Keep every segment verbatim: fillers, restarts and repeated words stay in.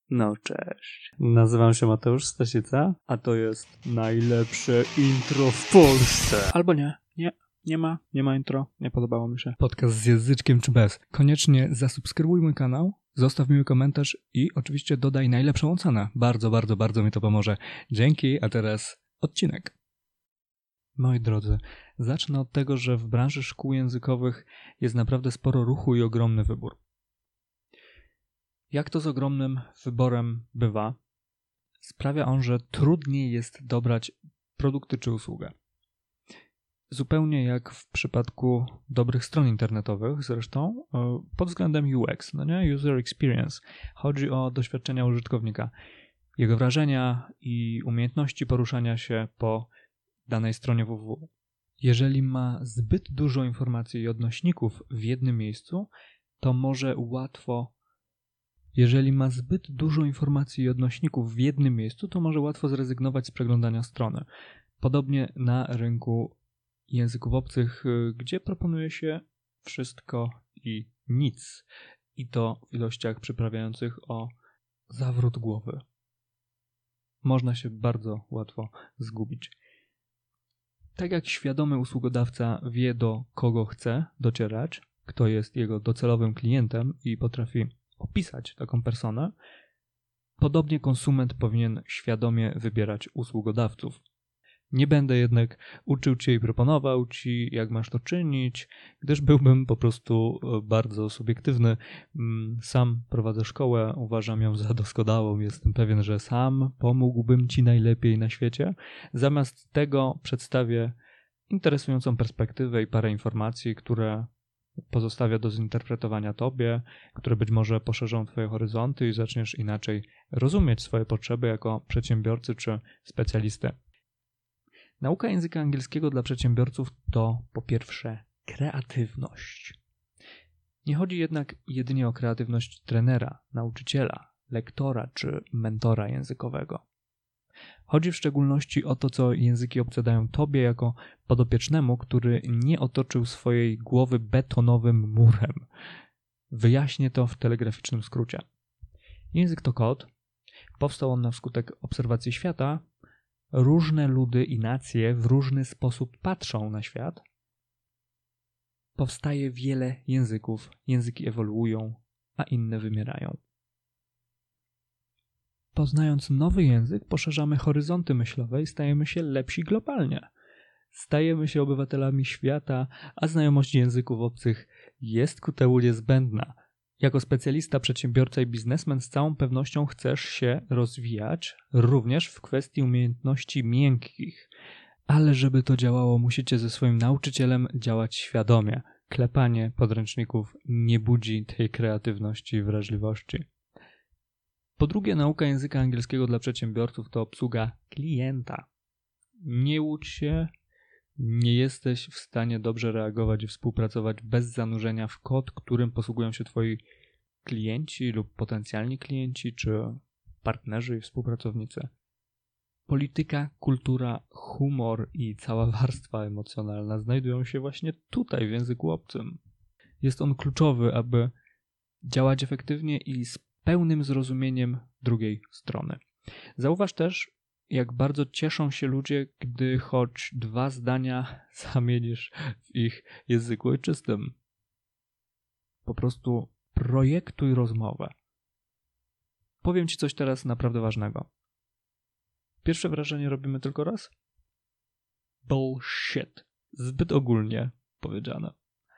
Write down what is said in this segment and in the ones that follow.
No cześć. Nazywam się Mateusz Stasica, a to jest najlepsze intro w Polsce. Albo nie, nie, nie ma, nie ma intro, nie podobało mi się. Podcast z języczkiem czy bez. Koniecznie zasubskrybuj mój kanał, zostaw miły komentarz i oczywiście dodaj najlepszą ocenę. Bardzo, bardzo, bardzo mi to pomoże. Dzięki, a teraz odcinek. Moi drodzy, zacznę od tego, że w branży szkół językowych jest naprawdę sporo ruchu i ogromny wybór. Jak to z ogromnym wyborem bywa, sprawia on, że trudniej jest dobrać produkty czy usługę. Zupełnie jak w przypadku dobrych stron internetowych zresztą, pod względem U X, no nie? User Experience. Chodzi o doświadczenia użytkownika, jego wrażenia i umiejętności poruszania się po danej stronie www. Jeżeli ma zbyt dużo informacji i odnośników w jednym miejscu, to może łatwo Jeżeli ma zbyt dużo informacji i odnośników w jednym miejscu, to może łatwo zrezygnować z przeglądania strony. Podobnie na rynku języków obcych, gdzie proponuje się wszystko i nic. I to w ilościach przyprawiających o zawrót głowy. Można się bardzo łatwo zgubić. Tak jak świadomy usługodawca wie, do kogo chce docierać, kto jest jego docelowym klientem i potrafi opisać taką personę, podobnie konsument powinien świadomie wybierać usługodawców. Nie będę jednak uczył Cię i proponował Ci, jak masz to czynić, gdyż byłbym po prostu bardzo subiektywny. Sam prowadzę szkołę, uważam ją za doskonałą, jestem pewien, że sam pomógłbym Ci najlepiej na świecie. Zamiast tego przedstawię interesującą perspektywę i parę informacji, które pozostawia do zinterpretowania Tobie, które być może poszerzą Twoje horyzonty i zaczniesz inaczej rozumieć swoje potrzeby jako przedsiębiorcy czy specjalisty. Nauka języka angielskiego dla przedsiębiorców to po pierwsze kreatywność. Nie chodzi jednak jedynie o kreatywność trenera, nauczyciela, lektora czy mentora językowego. Chodzi w szczególności o to, co języki obce dają Tobie jako podopiecznemu, który nie otoczył swojej głowy betonowym murem. Wyjaśnię to w telegraficznym skrócie. Język to kod. Powstał on na skutek obserwacji świata. Różne ludy i nacje w różny sposób patrzą na świat. Powstaje wiele języków. Języki ewoluują, a inne wymierają. Poznając nowy język, poszerzamy horyzonty myślowe i stajemy się lepsi globalnie. Stajemy się obywatelami świata, a znajomość języków obcych jest ku temu niezbędna. Jako specjalista, przedsiębiorca i biznesmen z całą pewnością chcesz się rozwijać, również w kwestii umiejętności miękkich. Ale żeby to działało, musicie ze swoim nauczycielem działać świadomie. Klepanie podręczników nie budzi tej kreatywności i wrażliwości. Po drugie, nauka języka angielskiego dla przedsiębiorców to obsługa klienta. Nie łudź się, nie jesteś w stanie dobrze reagować i współpracować bez zanurzenia w kod, którym posługują się Twoi klienci lub potencjalni klienci, czy partnerzy i współpracownicy. Polityka, kultura, humor i cała warstwa emocjonalna znajdują się właśnie tutaj w języku obcym. Jest on kluczowy, aby działać efektywnie i z pełnym zrozumieniem drugiej strony. Zauważ też, jak bardzo cieszą się ludzie, gdy choć dwa zdania zamienisz w ich języku ojczystym. Po prostu projektuj rozmowę. Powiem Ci coś teraz naprawdę ważnego. Pierwsze wrażenie robimy tylko raz? Bullshit. Zbyt ogólnie powiedziane.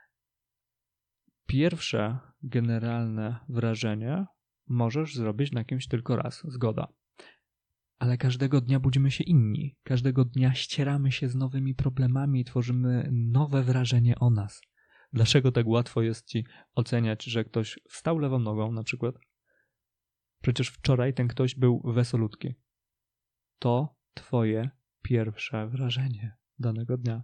Pierwsze generalne wrażenie możesz zrobić na kimś tylko raz, zgoda. Ale każdego dnia budzimy się inni. Każdego dnia ścieramy się z nowymi problemami i tworzymy nowe wrażenie o nas. Dlaczego tak łatwo jest Ci oceniać, że ktoś wstał lewą nogą na przykład? Przecież wczoraj ten ktoś był wesolutki. To Twoje pierwsze wrażenie danego dnia.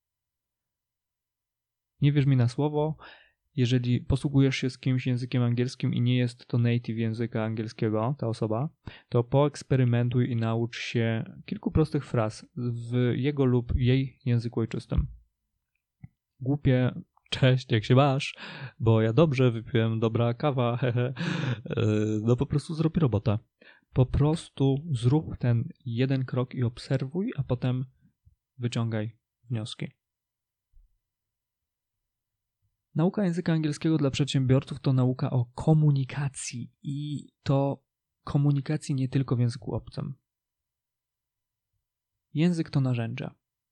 Nie wierz mi na słowo, jeżeli posługujesz się z kimś językiem angielskim i nie jest to native języka angielskiego, ta osoba, to poeksperymentuj i naucz się kilku prostych fraz w jego lub jej języku ojczystym. Głupie cześć, jak się masz, bo ja dobrze, wypiłem dobra kawa, hehe. No po prostu zrób robotę. Po prostu zrób ten jeden krok i obserwuj, a potem wyciągaj wnioski. Nauka języka angielskiego dla przedsiębiorców to nauka o komunikacji i to komunikacji nie tylko w języku obcym. Język to narzędzie.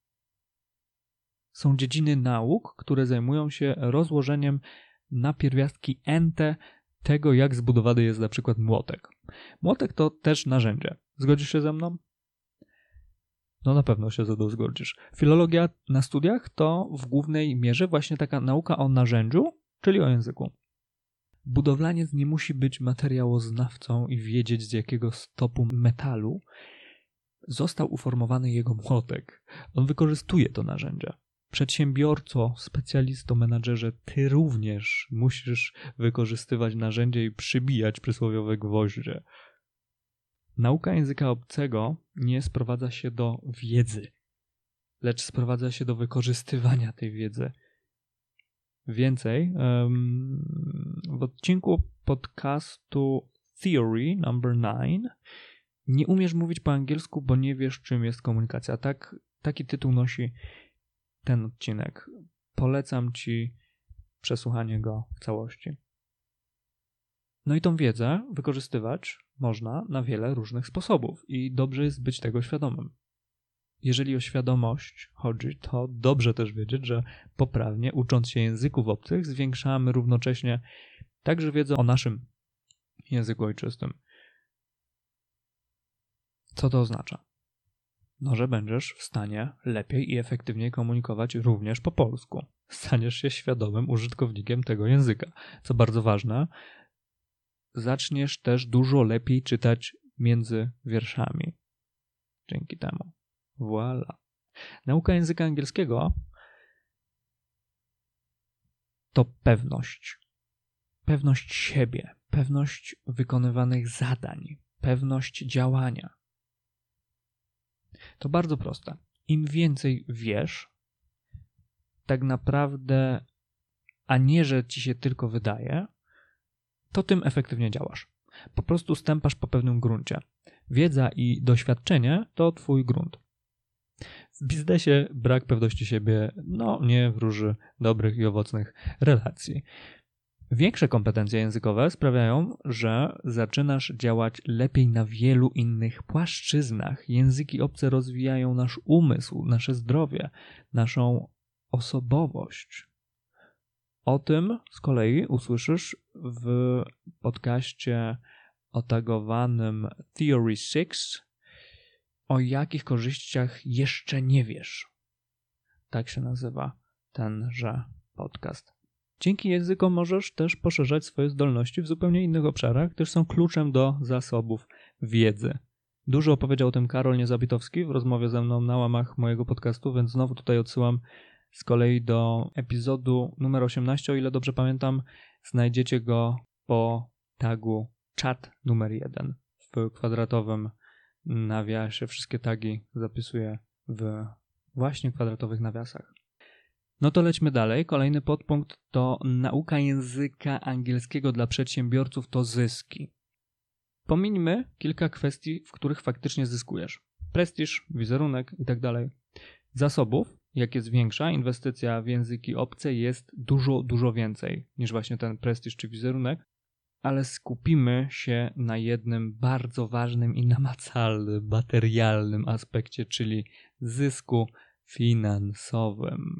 Są dziedziny nauk, które zajmują się rozłożeniem na pierwiastki ente tego, jak zbudowany jest na przykład młotek. Młotek to też narzędzie. Zgodzisz się ze mną? No na pewno się ze mną zgodzisz. Filologia na studiach to w głównej mierze właśnie taka nauka o narzędziu, czyli o języku. Budowlaniec nie musi być materiałoznawcą i wiedzieć, z jakiego stopu metalu został uformowany jego młotek. On wykorzystuje to narzędzie. Przedsiębiorco, specjalisto, menadżerze, ty również musisz wykorzystywać narzędzie i przybijać przysłowiowe gwoździe. Nauka języka obcego nie sprowadza się do wiedzy, lecz sprowadza się do wykorzystywania tej wiedzy. Więcej, w odcinku podcastu Theory number nine nie umiesz mówić po angielsku, bo nie wiesz, czym jest komunikacja. Tak, taki tytuł nosi ten odcinek. Polecam ci przesłuchanie go w całości. No i tą wiedzę wykorzystywać można na wiele różnych sposobów i dobrze jest być tego świadomym. Jeżeli o świadomość chodzi, to dobrze też wiedzieć, że poprawnie ucząc się języków obcych zwiększamy równocześnie także wiedzę o naszym języku ojczystym. Co to oznacza? No, że będziesz w stanie lepiej i efektywniej komunikować również po polsku. Staniesz się świadomym użytkownikiem tego języka. Co bardzo ważne, zaczniesz też dużo lepiej czytać między wierszami. Dzięki temu. Voilà. Nauka języka angielskiego to pewność. Pewność siebie, pewność wykonywanych zadań, pewność działania. To bardzo proste. Im więcej wiesz, tak naprawdę, a nie, że ci się tylko wydaje, to tym efektywnie działasz. Po prostu stępasz po pewnym gruncie. Wiedza i doświadczenie to twój grunt. W biznesie brak pewności siebie no nie wróży dobrych i owocnych relacji. Większe kompetencje językowe sprawiają, że zaczynasz działać lepiej na wielu innych płaszczyznach. Języki obce rozwijają nasz umysł, nasze zdrowie, naszą osobowość. O tym z kolei usłyszysz w podcaście otagowanym Theory six, o jakich korzyściach jeszcze nie wiesz. Tak się nazywa tenże podcast. Dzięki językom możesz też poszerzać swoje zdolności w zupełnie innych obszarach, gdyż są kluczem do zasobów wiedzy. Dużo opowiedział o tym Karol Niezabitowski w rozmowie ze mną na łamach mojego podcastu, więc znowu tutaj odsyłam z kolei do epizodu numer osiemnaście, o ile dobrze pamiętam, znajdziecie go po tagu czat numer jeden. W kwadratowym nawiasie wszystkie tagi zapisuję w właśnie kwadratowych nawiasach. No to lećmy dalej. Kolejny podpunkt to nauka języka angielskiego dla przedsiębiorców to zyski. Pomińmy kilka kwestii, w których faktycznie zyskujesz. Prestiż, wizerunek i tak dalej. Zasobów, jak jest większa inwestycja w języki obce, jest dużo, dużo więcej niż właśnie ten prestiż czy wizerunek, ale skupimy się na jednym bardzo ważnym i namacalnym, materialnym aspekcie, czyli zysku finansowym.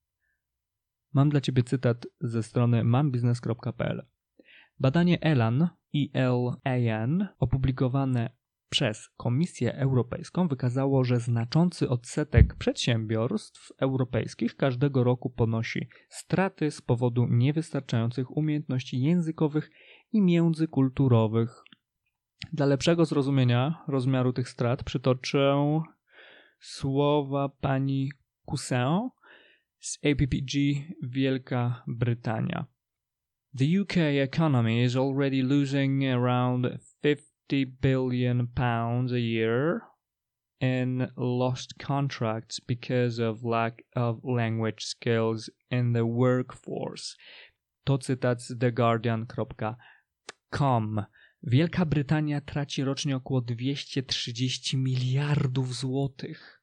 Mam dla Ciebie cytat ze strony mam biznes kropka p l. Badanie Elan, E L A N, opublikowane przez Komisję Europejską wykazało, że znaczący odsetek przedsiębiorstw europejskich każdego roku ponosi straty z powodu niewystarczających umiejętności językowych i międzykulturowych. Dla lepszego zrozumienia rozmiaru tych strat przytoczę słowa pani Cousin z A P P G Wielka Brytania. The U K economy is already losing around fifty billion pounds a year in lost contracts because of lack of language skills in the workforce. To cytat z the guardian kropka com. Wielka Brytania traci rocznie około dwieście trzydzieści miliardów złotych.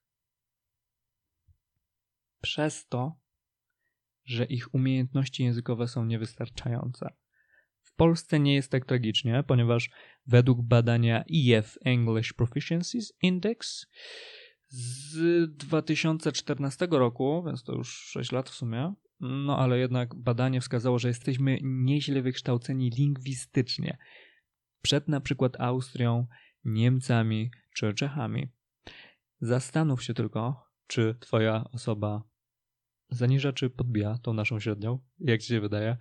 Przez to, że ich umiejętności językowe są niewystarczające. W Polsce nie jest tak tragicznie, ponieważ według badania E F English Proficiencies Index z dwa tysiące czternastego roku, więc to już sześć lat w sumie, no ale jednak badanie wskazało, że jesteśmy nieźle wykształceni lingwistycznie. Przed na przykład Austrią, Niemcami czy Czechami. Zastanów się tylko, czy twoja osoba zaniża czy podbija tą naszą średnią, jak ci się wydaje.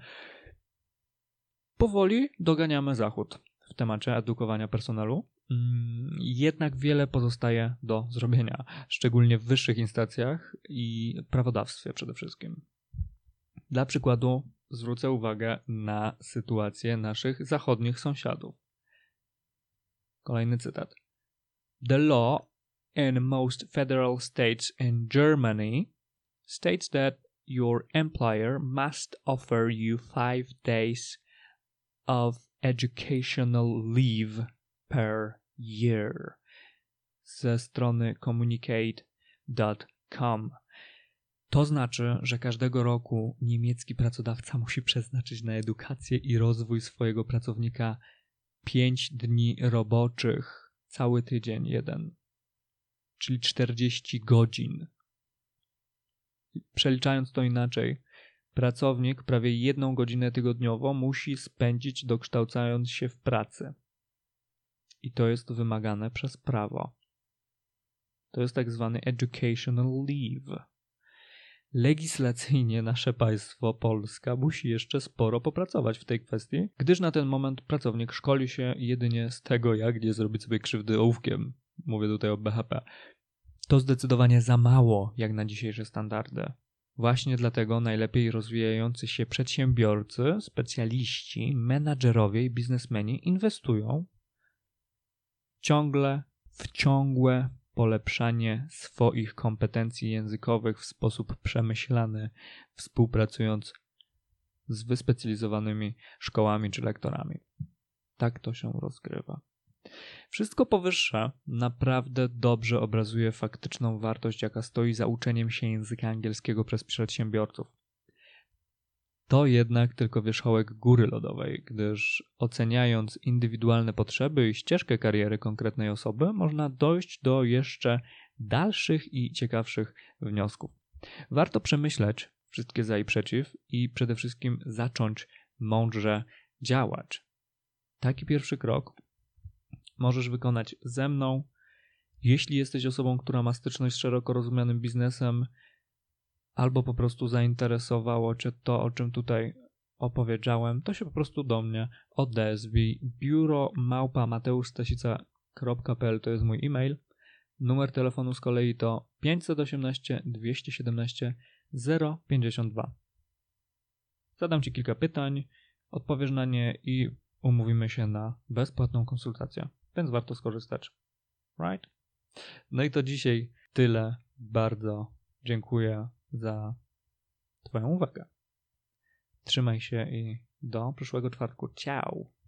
Powoli doganiamy Zachód w temacie edukowania personelu. Jednak wiele pozostaje do zrobienia, szczególnie w wyższych instancjach i prawodawstwie przede wszystkim. Dla przykładu zwrócę uwagę na sytuację naszych zachodnich sąsiadów. Kolejny cytat. The law in most federal states in Germany states that your employer must offer you five days of educational leave per year. Ze strony communicate kropka com. To znaczy, że każdego roku niemiecki pracodawca musi przeznaczyć na edukację i rozwój swojego pracownika pięć dni roboczych, cały tydzień jeden, czyli czterdzieści godzin. Przeliczając to inaczej, pracownik prawie jedną godzinę tygodniowo musi spędzić dokształcając się w pracy. I to jest wymagane przez prawo. To jest tak zwany educational leave. Legislacyjnie nasze państwo, Polska, musi jeszcze sporo popracować w tej kwestii, gdyż na ten moment pracownik szkoli się jedynie z tego, jak nie zrobić sobie krzywdy ołówkiem. Mówię tutaj o B H P. To zdecydowanie za mało, jak na dzisiejsze standardy. Właśnie dlatego najlepiej rozwijający się przedsiębiorcy, specjaliści, menadżerowie i biznesmeni inwestują ciągle w ciągłe polepszanie swoich kompetencji językowych w sposób przemyślany, współpracując z wyspecjalizowanymi szkołami czy lektorami. Tak to się rozgrywa. Wszystko powyższe naprawdę dobrze obrazuje faktyczną wartość, jaka stoi za uczeniem się języka angielskiego przez przedsiębiorców. To jednak tylko wierzchołek góry lodowej, gdyż oceniając indywidualne potrzeby i ścieżkę kariery konkretnej osoby, można dojść do jeszcze dalszych i ciekawszych wniosków. Warto przemyśleć wszystkie za i przeciw i przede wszystkim zacząć mądrze działać. Taki pierwszy krok możesz wykonać ze mną. Jeśli jesteś osobą, która ma styczność z szeroko rozumianym biznesem, albo po prostu zainteresowało Cię to, o czym tutaj opowiedziałem, to się po prostu do mnie odezwij. biuro małpa mateusz stasica kropka p l to jest mój e-mail. Numer telefonu z kolei to pięć jeden osiem dwieście siedemnaście zero pięćdziesiąt dwa. Zadam Ci kilka pytań, odpowiesz na nie i umówimy się na bezpłatną konsultację, więc warto skorzystać. Right? No i to dzisiaj tyle. Bardzo dziękuję za Twoją uwagę. Trzymaj się i do przyszłego czwartku. Ciao!